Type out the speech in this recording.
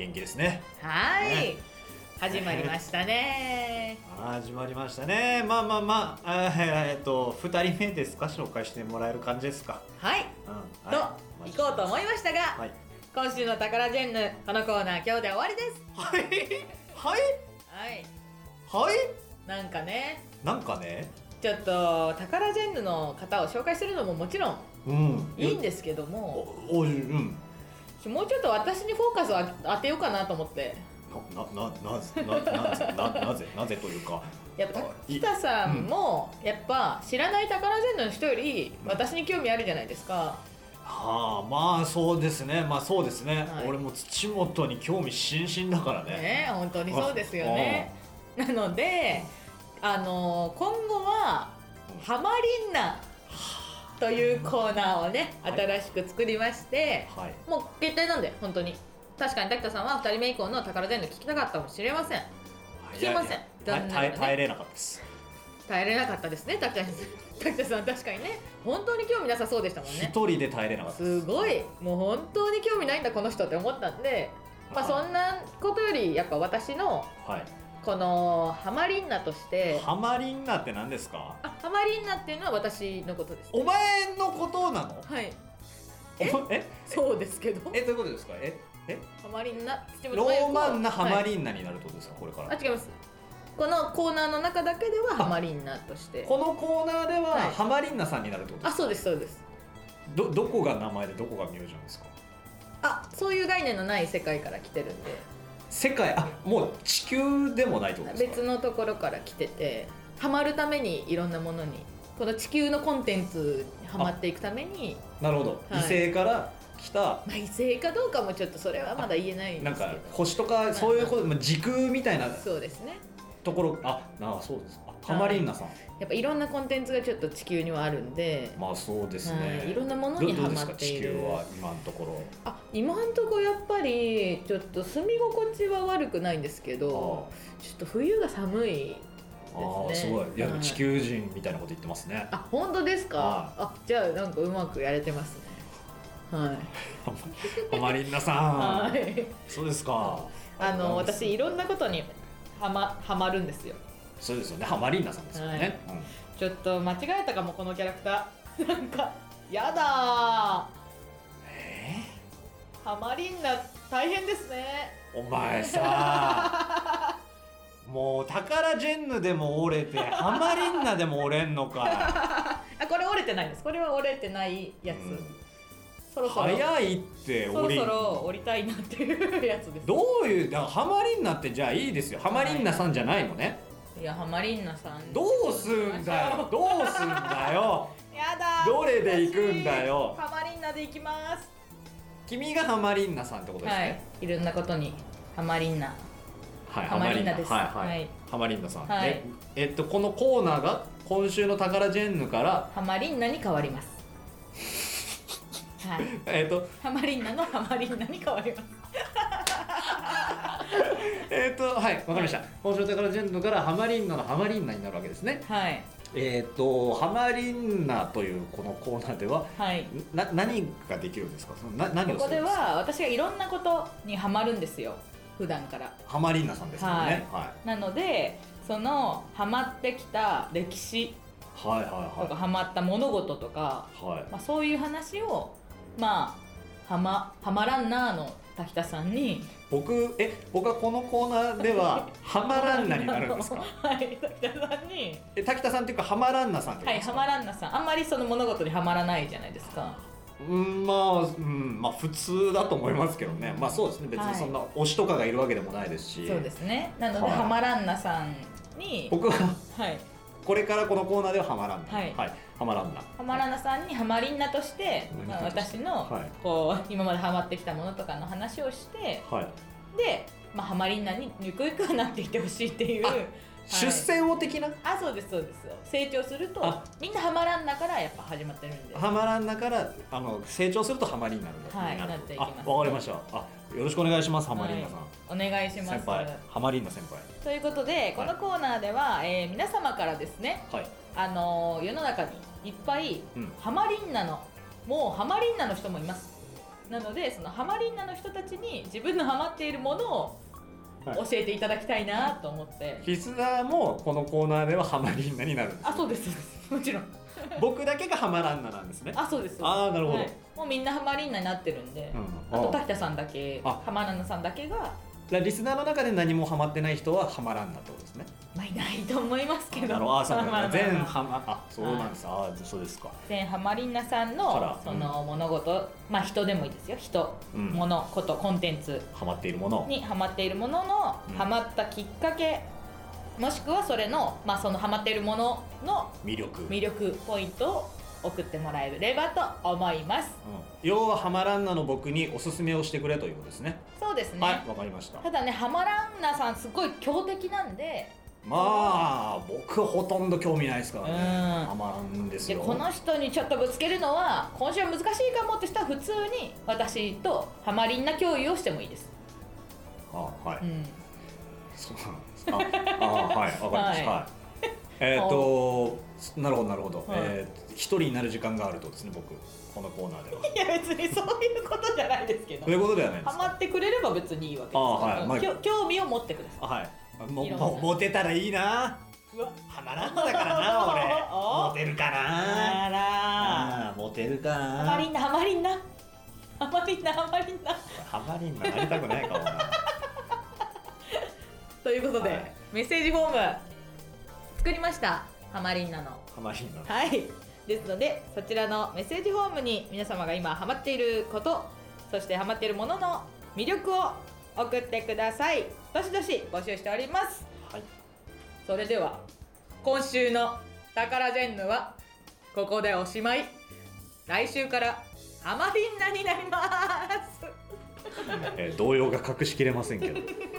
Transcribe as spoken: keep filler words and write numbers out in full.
元気ですね。 はい、 ね、 始まりましたね。 始まりましたね。まあまあまあ、えー、っとふたりめですか、紹介してもらえる感じですか。 はい、 うん、 と、 はい、 行こうと思いましたが、 はい、 今週のタカラジェンヌ、このコーナー今日で終わりです。 はいはいはいはい、 なんかね、 なんかね、 ちょっとタカラジェンヌの方を紹介するのももちろんうんいいんですけども、 おお、うん、 もうちょっと私にフォーカスを当てようかなと思って。 ななななぜななぜななぜなぜというか、 やっぱ北さんもやっぱ知らないタカラジェンヌの人より私に興味あるじゃないですか。 はあ、まあそうですね、まあそうですね、 はい、 俺も土本に興味津々だからね。 ね、本当にそうですよね。なので、あの今後はハマリンナというコーナーをね、新しく作りまして、はい、もう決定なんで、本当に確かに滝田さんはふたりめ以降のタカラジェンヌ聞きたかったかもしれません。聞けません。 耐え、耐えれなかったです。 耐えれなかったですね、滝田さん。滝田さん確かにね、本当に興味なさそうでしたもんね。 一人で耐えれなかったです。 すごい、もう本当に興味ないんだこの人って思ったんで、まあそんなことよりやっぱ私の、はい、このハマリンナとして。 ハマリンナって何ですか？ あ、ハマリンナっていうのは私のことです、ね。 お前のことなの？ はい。 ええそうですけど。 え、どういうことですか？ええハマリンナ、 ローマンナハマリンナになるってことですか、これから？ あ、違います。このコーナーの中だけではハマリンナとして、 このコーナーでは、はい、ハマリンナさんになるってことですか？ あ、そうですそうです。 ど、どこが名前でどこが名字なんですか？ あ、そういう概念のない世界から来てるんで。 世界、あ、もう地球でもないってことですか？ 別のところから来てて、ハマるためにいろんなものに、この地球のコンテンツにハマっていくために。 なるほど、はい、異星から来た、まあ、異星かどうかもちょっとそれはまだ言えないんですけど、 なんか星とかそういうこと、まあ、時空みたいな、 そうですね、 ところ、あ、なあ、そうですか。ハマリンナさん、 やっぱいろんなコンテンツがちょっと地球にはあるんで、 まあそうですね、 はい、いろんなものにハマっている。 どうですか、地球は今のところ。 あ、今のところやっぱりちょっと住み心地は悪くないんですけど、ちょっと冬が寒いですね。 ああ、すごい。いや、はい、地球人みたいなこと言ってますね。 あ、本当ですか？はい、あ、じゃあなんかうまくやれてますね。はい。 ハマリンナさん。はい。そうですか。 あの私いろんなことにはまハマるんですよ。 そうですよね。ハマリンナさんですよね。はい、うん、 ちょっと間違えたかも、このキャラクター。なんかやだー。えー、ハマリンナ大変ですね。 お前さ。もうタカラジェンヌでも折れてハマリンナでも折れんのか。 あ、これ折れてないです。これは折れてないやつ。うん、そろそろ早いってそろそろ降りたいなっていうやつです。 どういう、だからハマリンナってじゃあいいですよ。ハマリンナさんじゃないのね。 いや、ハマリンナさん。 どうすんだよ。どうすんだよ。 やだ。 どれで行くんだよ。 ハマリンナで行きます。 君がハマリンナさんってことですね。 はい。いろんなことにハマリンナ。 はい、 ハマリンナです。 はいはい。ハマリンナさん。 はい。 えっとこのコーナーが今週のタカラジェンヌからハマリンナに変わります。はい、えっとハマリンナのハマリンナに変わります。 えっとはい、わかりました。はい、今週のタカラジェンヌからハマリンナのハマリンナになるわけですね。 はい。 えっとハマリンナというこのコーナーでは、はい、な何ができるんですか？そのな何をするんですか？ ここでは私がいろんなことにハマるんですよ。普段から。 ハマリンナさんですよね。はい。 はい、なのでそのハマってきた歴史とかハマった物事とか、はい、まあそういう話をまあはまはまらんなーの滝田さんに。 僕え僕はこのコーナーではハマらんなになるんですか？ はい、滝田さんに。 え、滝田さんっていうかハマらんなさんってことですか？ はい、ハマらんなさん。あんまりその物事にはまらないじゃないですか。 うん、まあ、うん、まあ普通だと思いますけどね。まあそうですね。別にそんな推しとかがいるわけでもないですし。 そうですね。なので、はい、ハマらんなさんに僕は、 はい、 これからこのコーナーではハマらんな、はい、はい、ハマらんなハマらんなさんにハマりんなとして、まあ、私の、はい、こう今までハマってきたものとかの話をして、はい、で、まあ、ハマりんなにゆくゆくはなっていってほしいっていう。 出世魚的な、はい、 あ、そうですそうです。成長するとみんなハマらんなからやっぱ始まってるんで、 ハマらんなからあの成長するとハマりになるんだ、 はい、なっていきます。 あ、わかりました。あ、よろしくお願いします。ハマリンナさん、 はい、お願いします。 先輩、ハマリンナ先輩ということで、このコーナーでは、はい、えー、皆様からですね、はい、あのー、世の中にいっぱい、うん、ハマリンナのもうハマリンナの人もいます。 なのでそのハマリンナの人たちに自分のハマっているものをはい教えていただきたいなと思って、 リスナーもこのコーナーではハマりんなになるんです、ね、 あそうですそうですもちろん僕だけがハマらんななんですね。 あそうですそうですあーなるほど、 はい、もうみんなハマリンナになってるんで、 うん、 あと滝田さんだけあハマランナさんだけがだからリスナーの中で何もハマってない人はハマらんなってことですね。 まあいないと思いますけどなるほど、あそうなんだ、 まあまあまあ全ハマあそうなんです、ああそうですか。 全ハマリンナさんあのらその物事、まあ人でもいいですよ、人、 うん物事コンテンツハマっているものにハマっているものの、 うんハマったきっかけもしくはそれのまあそのハマっているものの魅力、 魅力ポイントを送ってもらえればと思います。 うん、要はハマらんなの僕におすすめをしてくれということですね。 そうですね、 はいわかりました。 ただねハマランナさんすごい強敵なんで、 まあ僕ほとんど興味ないですからね。 うんハマらんですよ。 でこの人にちょっとぶつけるのは今週は難しいかもって人は普通に私とハマリンナ共有をしてもいいです。 あはい、 うんそうなんですか。ああはいわかりました。 はいはい、えっ、となるほどなるほど。 はいえー一人になる時間があるとですね、僕このコーナーでは。 いや別にそういうことじゃないですけどそういうことではないですハか。 マってくれれば別にいいわけです。 あはいまあうんきょ興味を持ってください。 あはい。もいろんなもモテたらいいな。 うわハマらんのだからな俺。 おモテるかな。 あらあーモテるかな。 ハマリンナハマリンナハマリンナハマリンナハマりんななりたくないかもな。 ということで、 はいメッセージフォーム作りました。ハマリンナのハマりんな。 はいですのでそちらのメッセージフォームに皆様が今ハマっていることそしてハマっているものの魅力を送ってください。どしどし募集しております。 はい。 それでは今週のタカラジェンヌはここでおしまい。来週からハマリンナになりますえー動揺が隠しきれませんけど。